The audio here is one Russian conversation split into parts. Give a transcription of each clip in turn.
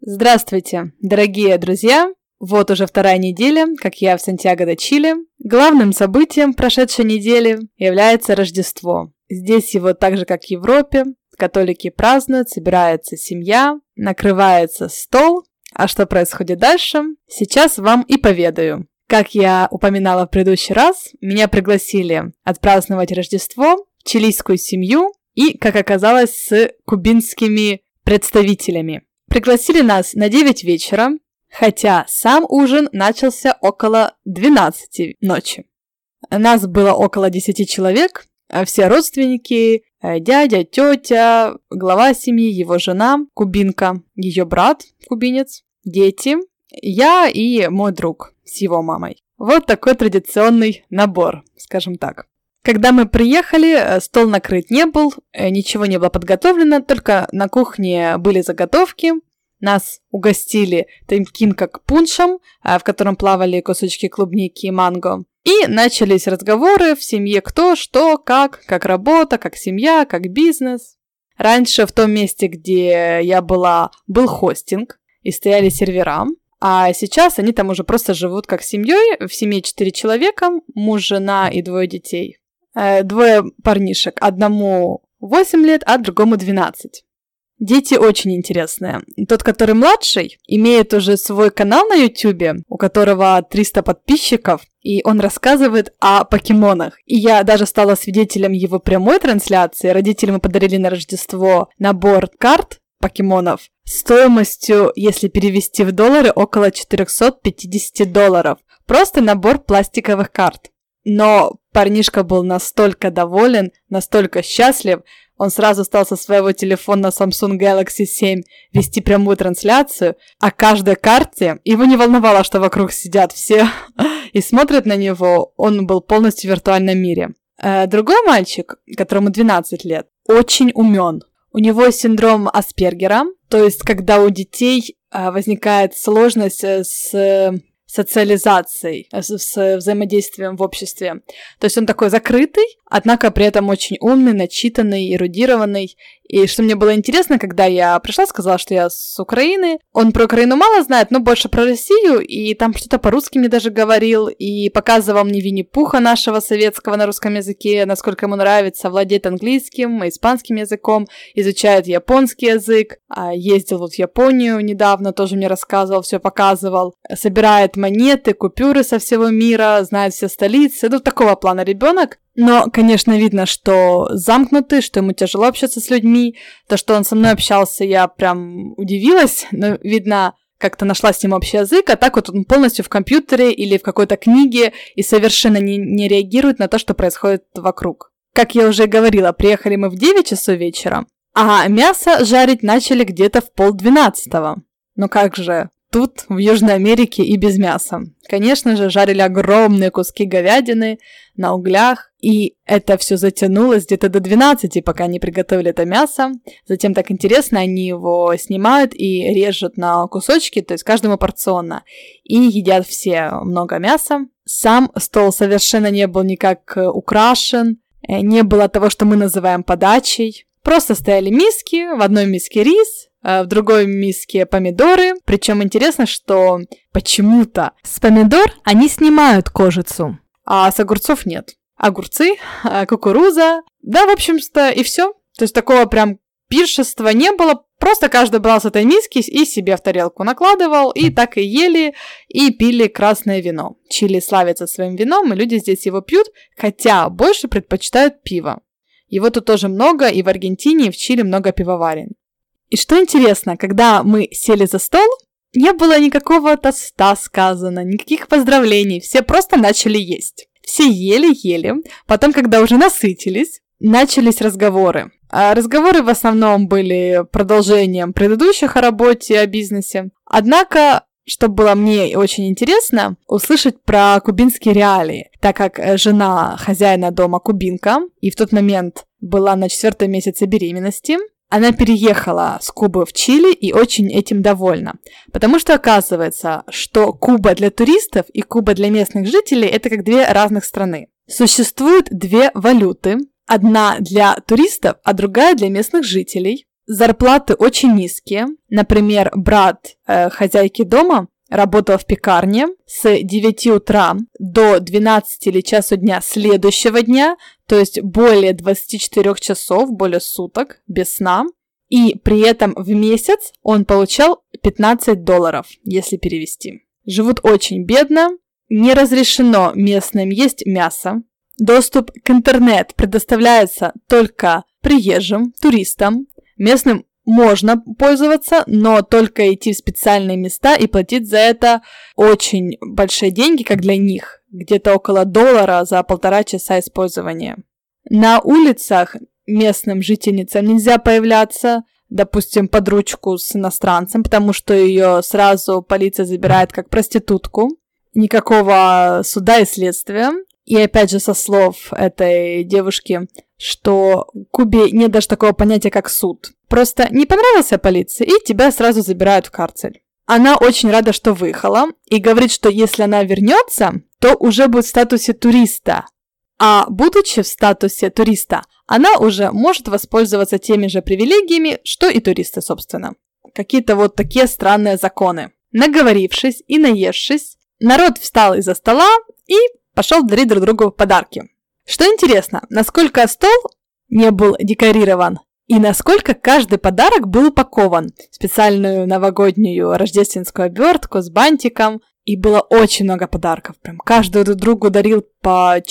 Здравствуйте, дорогие друзья! Вот уже вторая неделя, как я в Сантьяго-де-Чили. Главным событием прошедшей недели является Рождество. Здесь его так же, как в Европе. Католики празднуют, собирается семья, накрывается стол. А что происходит дальше, сейчас вам и поведаю. Как я упоминала в предыдущий раз, меня пригласили отпраздновать Рождество в чилийскую семью и, как оказалось, с кубинскими представителями. Пригласили нас на 9 вечера, хотя сам ужин начался около 12 ночи. Нас было около 10 человек, все родственники, дядя, тетя, глава семьи, его жена, кубинка, ее брат, кубинец, дети, я и мой друг с его мамой. Вот такой традиционный набор, скажем так. Когда мы приехали, стол накрыт не был, ничего не было подготовлено, только на кухне были заготовки. Нас угостили таким как пуншем, в котором плавали кусочки клубники и манго. И начались разговоры в семье кто, что, как работа, как семья, как бизнес. Раньше в том месте, где я была, был хостинг и стояли сервера. А сейчас они там уже просто живут как семьей. В семье 4 человека, муж, жена и 2 детей. 2 парнишек, одному 8 лет, а другому 12. Дети очень интересные. Тот, который младший, имеет уже свой канал на YouTube, у которого 300 подписчиков, и он рассказывает о покемонах. И я даже стала свидетелем его прямой трансляции. Родители ему подарили на Рождество набор карт покемонов стоимостью, если перевести в доллары, около $450. Просто набор пластиковых карт. Но парнишка был настолько доволен, настолько счастлив, он сразу стал со своего телефона Samsung Galaxy 7 вести прямую трансляцию о каждой карте. Его не волновало, что вокруг сидят все и смотрят на него. Он был полностью в виртуальном мире. Другой мальчик, которому 12 лет, очень умен. У него синдром Аспергера, то есть когда у детей возникает сложность с социализацией, с взаимодействием в обществе. То есть он такой закрытый, однако при этом очень умный, начитанный, эрудированный. И что мне было интересно, когда я пришла, сказала, что я с Украины. Он про Украину мало знает, но больше про Россию, и там что-то по-русски мне даже говорил, и показывал мне Винни-Пуха нашего советского на русском языке, насколько ему нравится, владеет английским, испанским языком, изучает японский язык, ездил вот в Японию недавно, тоже мне рассказывал, все показывал, собирает монеты, купюры со всего мира, знает все столицы, такого плана ребенок. Но, конечно, видно, что замкнутый, что ему тяжело общаться с людьми. То, что он со мной общался, я прям удивилась. Но, видно, как-то нашла с ним общий язык. А так вот он полностью в компьютере или в какой-то книге и совершенно не реагирует на то, что происходит вокруг. Как я уже говорила, приехали мы в 9 часов вечера, а мясо жарить начали где-то в 11:30. Ну как же... Тут, в Южной Америке, и без мяса. Конечно же, жарили огромные куски говядины на углях, и это все затянулось где-то до 12, пока они приготовили это мясо. Затем так интересно, они его снимают и режут на кусочки, то есть каждому порционно, и едят все много мяса. Сам стол совершенно не был никак украшен, не было того, что мы называем подачей. Просто стояли миски, в одной миске рис, в другой миске помидоры. Причем интересно, что почему-то с помидор они снимают кожицу, а с огурцов нет. Огурцы, кукуруза, да, в общем-то, и все. То есть такого прям пиршества не было. Просто каждый брал с этой миски и себе в тарелку накладывал, и так и ели, и пили красное вино. Чили славится своим вином, и люди здесь его пьют, хотя больше предпочитают пиво. Его тут тоже много, и в Аргентине, и в Чили много пивоварен. И что интересно, когда мы сели за стол, не было никакого тоста сказано, никаких поздравлений, все просто начали есть. Все ели, потом, когда уже насытились, начались разговоры. А разговоры в основном были продолжением предыдущих о работе, о бизнесе. Однако, что было мне очень интересно, услышать про кубинские реалии, так как жена хозяина дома кубинка, и в тот момент была на 4-м месяце беременности. Она переехала с Кубы в Чили и очень этим довольна. Потому что оказывается, что Куба для туристов и Куба для местных жителей – это как 2 разных страны. Существует 2 валюты. Одна для туристов, а другая для местных жителей. зарплаты очень низкие. Например, брат хозяйки дома работал в пекарне с 9 утра до 12 или часу дня следующего дня, то есть более 24 часов, более суток, без сна. И при этом в месяц он получал $15, если перевести. Живут очень бедно, не разрешено местным есть мясо. Доступ к интернету предоставляется только приезжим, туристам. Местным можно пользоваться, но только идти в специальные места и платить за это очень большие деньги, как для них, где-то около $1 за 1,5 часа использования. На улицах местным жительницам нельзя появляться, допустим, под ручку с иностранцем, потому что ее сразу полиция забирает как проститутку. Никакого суда и следствия. И опять же, со слов этой девушки, что в Кубе нет даже такого понятия, как суд. Просто не понравился полиции, и тебя сразу забирают в карцер. Она очень рада, что выехала, и говорит, что если она вернется, то уже будет в статусе туриста. А будучи в статусе туриста, она уже может воспользоваться теми же привилегиями, что и туристы, собственно. Какие-то вот такие странные законы. Наговорившись и наевшись, народ встал из-за стола и пошел дарить друг другу подарки. Что интересно, насколько стол не был декорирован и насколько каждый подарок был упакован в специальную новогоднюю рождественскую обертку с бантиком. И было очень много подарков. Прям каждый друг другу дарил по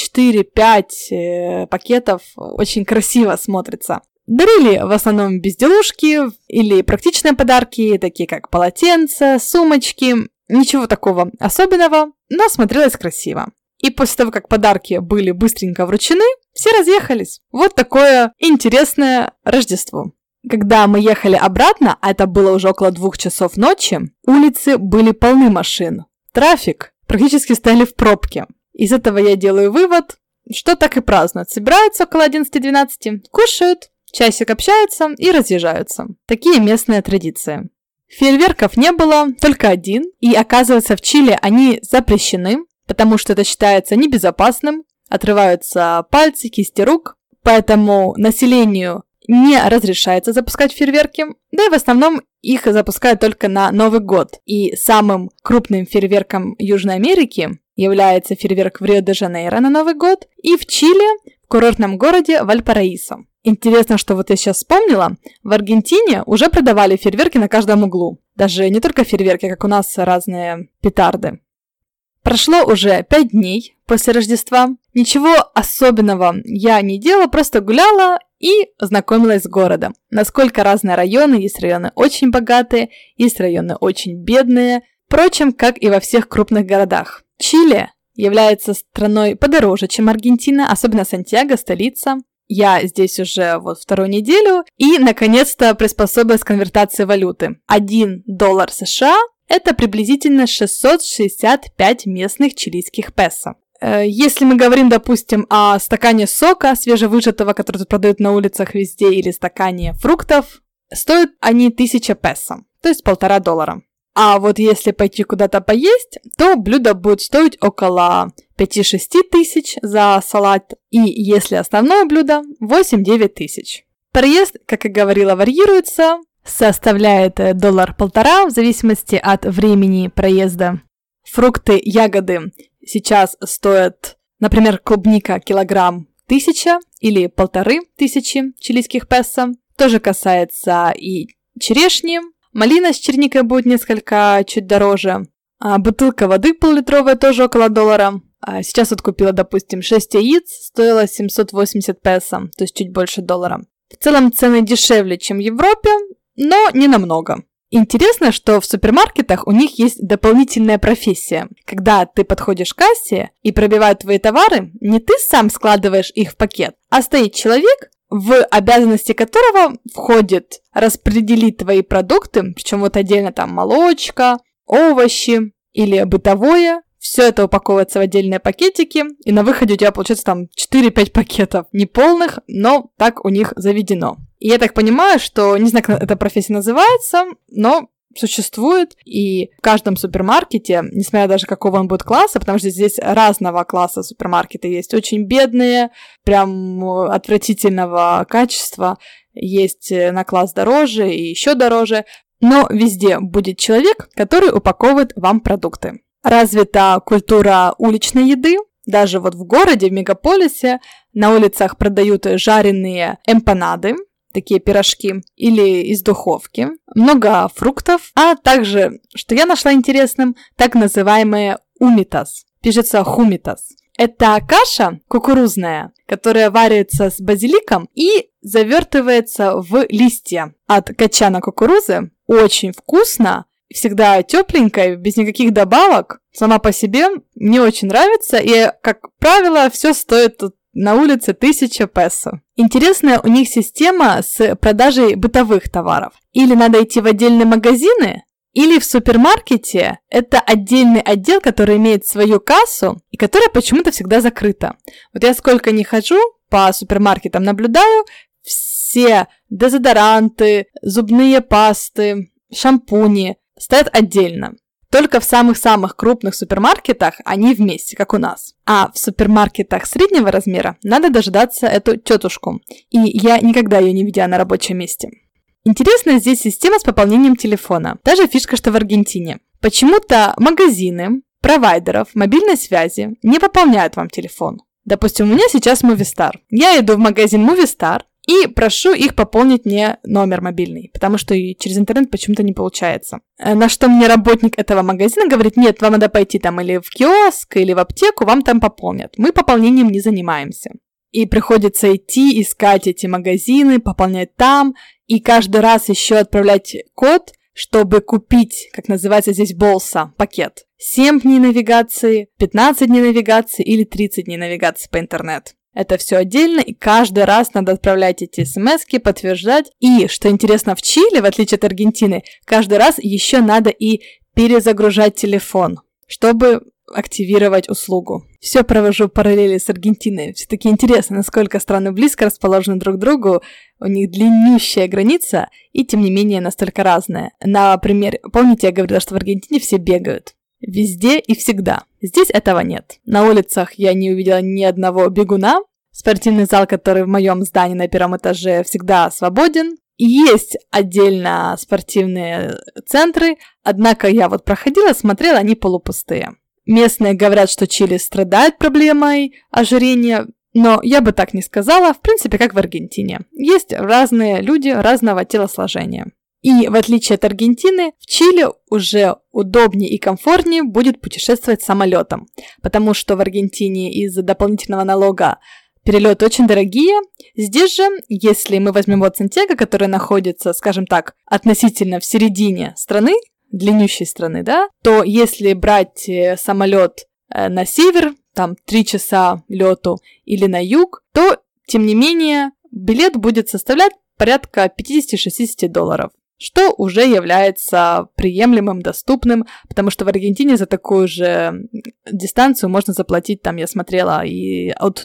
4-5 пакетов. Очень красиво смотрится. Дарили в основном безделушки или практичные подарки, такие как полотенца, сумочки. Ничего такого особенного, но смотрелось красиво. И после того, как подарки были быстренько вручены, все разъехались. Вот такое интересное Рождество. Когда мы ехали обратно, а это было уже около 2 часов ночи, улицы были полны машин. Трафик, практически стояли в пробке. Из этого я делаю вывод, что так и празднуют. Собираются около 11-12, кушают, часик общаются и разъезжаются. Такие местные традиции. Фейерверков не было, только один. И оказывается, в Чили они запрещены, потому что это считается небезопасным. Отрываются пальцы, кисти рук. Поэтому населению не разрешается запускать фейерверки. Да и в основном их запускают только на Новый год. И самым крупным фейерверком Южной Америки является фейерверк в Рио-де-Жанейро на Новый год и в Чили, в курортном городе Вальпараисо. Интересно, что вот я сейчас вспомнила, в Аргентине уже продавали фейерверки на каждом углу. Даже не только фейерверки, как у нас разные петарды. Прошло уже 5 дней после Рождества. Ничего особенного я не делала, просто гуляла и знакомилась с городом. Насколько разные районы, есть районы очень богатые, есть районы очень бедные. Впрочем, как и во всех крупных городах. Чили является страной подороже, чем Аргентина, особенно Сантьяго, столица. Я здесь уже вот 2-ю неделю и, наконец-то, приспособилась к конвертации валюты. $1 США – это приблизительно 665 местных чилийских песо. Если мы говорим, допустим, о стакане сока свежевыжатого, который тут продают на улицах везде, или стакане фруктов, стоят они 1000 песо, то есть $1,5. А вот если пойти куда-то поесть, то блюдо будет стоить около 5-6 тысяч за салат, и если основное блюдо, 8-9 тысяч. Проезд, как и говорила, варьируется, составляет $1-1,5 в зависимости от времени проезда. Фрукты, ягоды сейчас стоят, например, клубника килограмм 1000 или 1500 чилийских песо. Тоже касается и черешни. Малина с черникой будет несколько чуть дороже. А бутылка воды пол-литровая тоже около $1. А сейчас вот купила, допустим, 6 яиц, стоило 780 песо, то есть чуть больше $1. В целом цены дешевле, чем в Европе, но не намного. Интересно, что в супермаркетах у них есть дополнительная профессия. Когда ты подходишь к кассе и пробивают твои товары, не ты сам складываешь их в пакет, а стоит человек, в обязанности которого входит распределить твои продукты, причем вот отдельно там молочка, овощи или бытовое. Все это упаковывается в отдельные пакетики, и на выходе у тебя получается там 4-5 пакетов. Не полных, но так у них заведено. И я так понимаю, что, не знаю, как эта профессия называется, но существует, и в каждом супермаркете, несмотря даже какого он будет класса, потому что здесь разного класса супермаркеты есть, очень бедные, прям отвратительного качества, есть на класс дороже и еще дороже, но везде будет человек, который упаковывает вам продукты. Развита культура уличной еды. Даже вот в городе, в мегаполисе, на улицах продают жареные эмпанады, такие пирожки, или из духовки, много фруктов, а также, что я нашла интересным, так называемые умитас, пишется хумитас. Это каша кукурузная, которая варится с базиликом и завертывается в листья от качана кукурузы. Очень вкусно, всегда тепленькая, без никаких добавок. Сама по себе мне очень нравится, и, как правило, все стоит тут на улице 1000 песо. Интересная у них система с продажей бытовых товаров. Или надо идти в отдельные магазины, или в супермаркете это отдельный отдел, который имеет свою кассу и которая почему-то всегда закрыта. Вот я сколько не хожу по супермаркетам, наблюдаю, все дезодоранты, зубные пасты, шампуни стоят отдельно. Только в самых-самых крупных супермаркетах они вместе, как у нас. А в супермаркетах среднего размера надо дождаться эту тетушку. И я никогда ее не видела на рабочем месте. Интересная здесь система с пополнением телефона. Та же фишка, что в Аргентине. Почему-то магазины провайдеров мобильной связи не пополняют вам телефон. Допустим, у меня сейчас Movistar. Я иду в магазин Movistar и прошу их пополнить мне номер мобильный, потому что и через интернет почему-то не получается. На что мне работник этого магазина говорит: нет, вам надо пойти там или в киоск, или в аптеку, вам там пополнят. Мы пополнением не занимаемся. И приходится идти, искать эти магазины, пополнять там, и каждый раз еще отправлять код, чтобы купить, как называется здесь, болса, пакет. 7 дней навигации, 15 дней навигации или 30 дней навигации по интернету. Это все отдельно, и каждый раз надо отправлять эти смс-ки, подтверждать. И, что интересно, в Чили, в отличие от Аргентины, каждый раз еще надо и перезагружать телефон, чтобы активировать услугу. Все провожу параллели с Аргентиной. Все-таки интересно, насколько страны близко расположены друг к другу. У них длиннющая граница, и тем не менее настолько разная. Например, помните, я говорила, что в Аргентине все бегают? Везде и всегда. Здесь этого нет. На улицах я не увидела ни одного бегуна. Спортивный зал, который в моем здании на 1 этаже, всегда свободен. И есть отдельно спортивные центры, однако я вот проходила, смотрела, они полупустые. Местные говорят, что Чили страдает проблемой ожирения, но я бы так не сказала, в принципе, как в Аргентине. Есть разные люди разного телосложения. И в отличие от Аргентины, в Чили уже удобнее и комфортнее будет путешествовать самолетом, потому что в Аргентине из-за дополнительного налога перелеты очень дорогие. Здесь же, если мы возьмем вот Сантьяго, который находится, скажем так, относительно в середине страны, длиннющей страны, да, то если брать самолет на север, там 3 часа лету, или на юг, то, тем не менее, билет будет составлять порядка $50-60, что уже является приемлемым, доступным, потому что в Аргентине за такую же дистанцию можно заплатить, там я смотрела, и от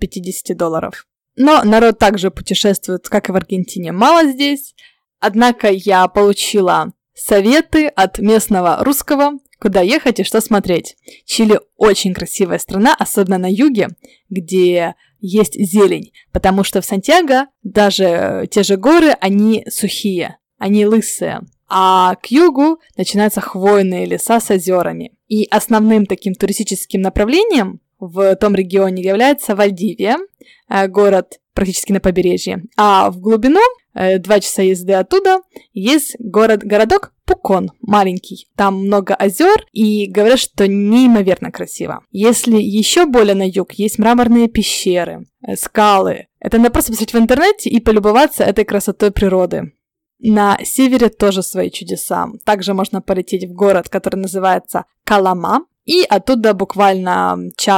$250. Но народ также путешествует, как и в Аргентине, мало здесь. Однако я получила советы от местного русского, куда ехать и что смотреть. Чили очень красивая страна, особенно на юге, где есть зелень, потому что в Сантьяго даже те же горы, они сухие, они лысые, а к югу начинаются хвойные леса с озерами. И основным таким туристическим направлением в том регионе является Вальдивия, город практически на побережье, а в глубину 2 часа езды оттуда есть городок Пукон, маленький. Там много озер, и говорят, что неимоверно красиво. Если еще более на юг, есть мраморные пещеры, скалы. Это надо просто посмотреть в интернете и полюбоваться этой красотой природы. На севере тоже свои чудеса. Также можно полететь в город, который называется Калама, и оттуда буквально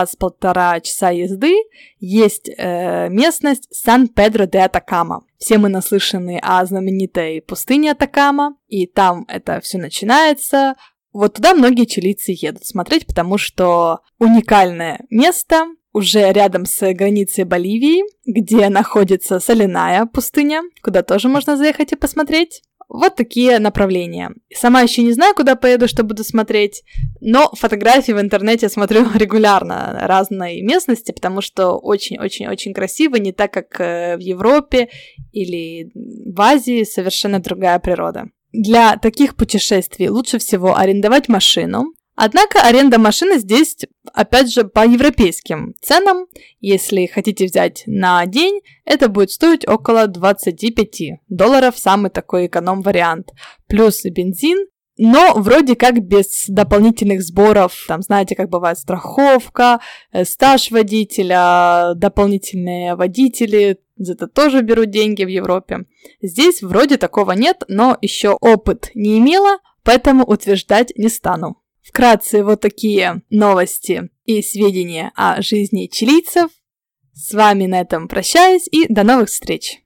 1-1,5 часа езды есть местность Сан-Педро-де-Атакама. Все мы наслышаны о знаменитой пустыне Атакама, и там это все начинается. Вот туда многие чилийцы едут смотреть, потому что уникальное место уже рядом с границей Боливии, где находится соляная пустыня, куда тоже можно заехать и посмотреть. Вот такие направления. Сама еще не знаю, куда поеду, что буду смотреть, но фотографии в интернете смотрю регулярно разной местности, потому что очень-очень-очень красиво, не так, как в Европе или в Азии, совершенно другая природа. Для таких путешествий лучше всего арендовать машину. Однако аренда машины здесь, опять же, по европейским ценам. Если хотите взять на день, это будет стоить около $25, самый такой эконом-вариант. Плюс бензин, но вроде как без дополнительных сборов. Там, знаете, как бывает страховка, стаж водителя, дополнительные водители. За это тоже берут деньги в Европе. Здесь вроде такого нет, но еще опыт не имела, поэтому утверждать не стану. Вкратце вот такие новости и сведения о жизни чилийцев. С вами на этом прощаюсь и до новых встреч!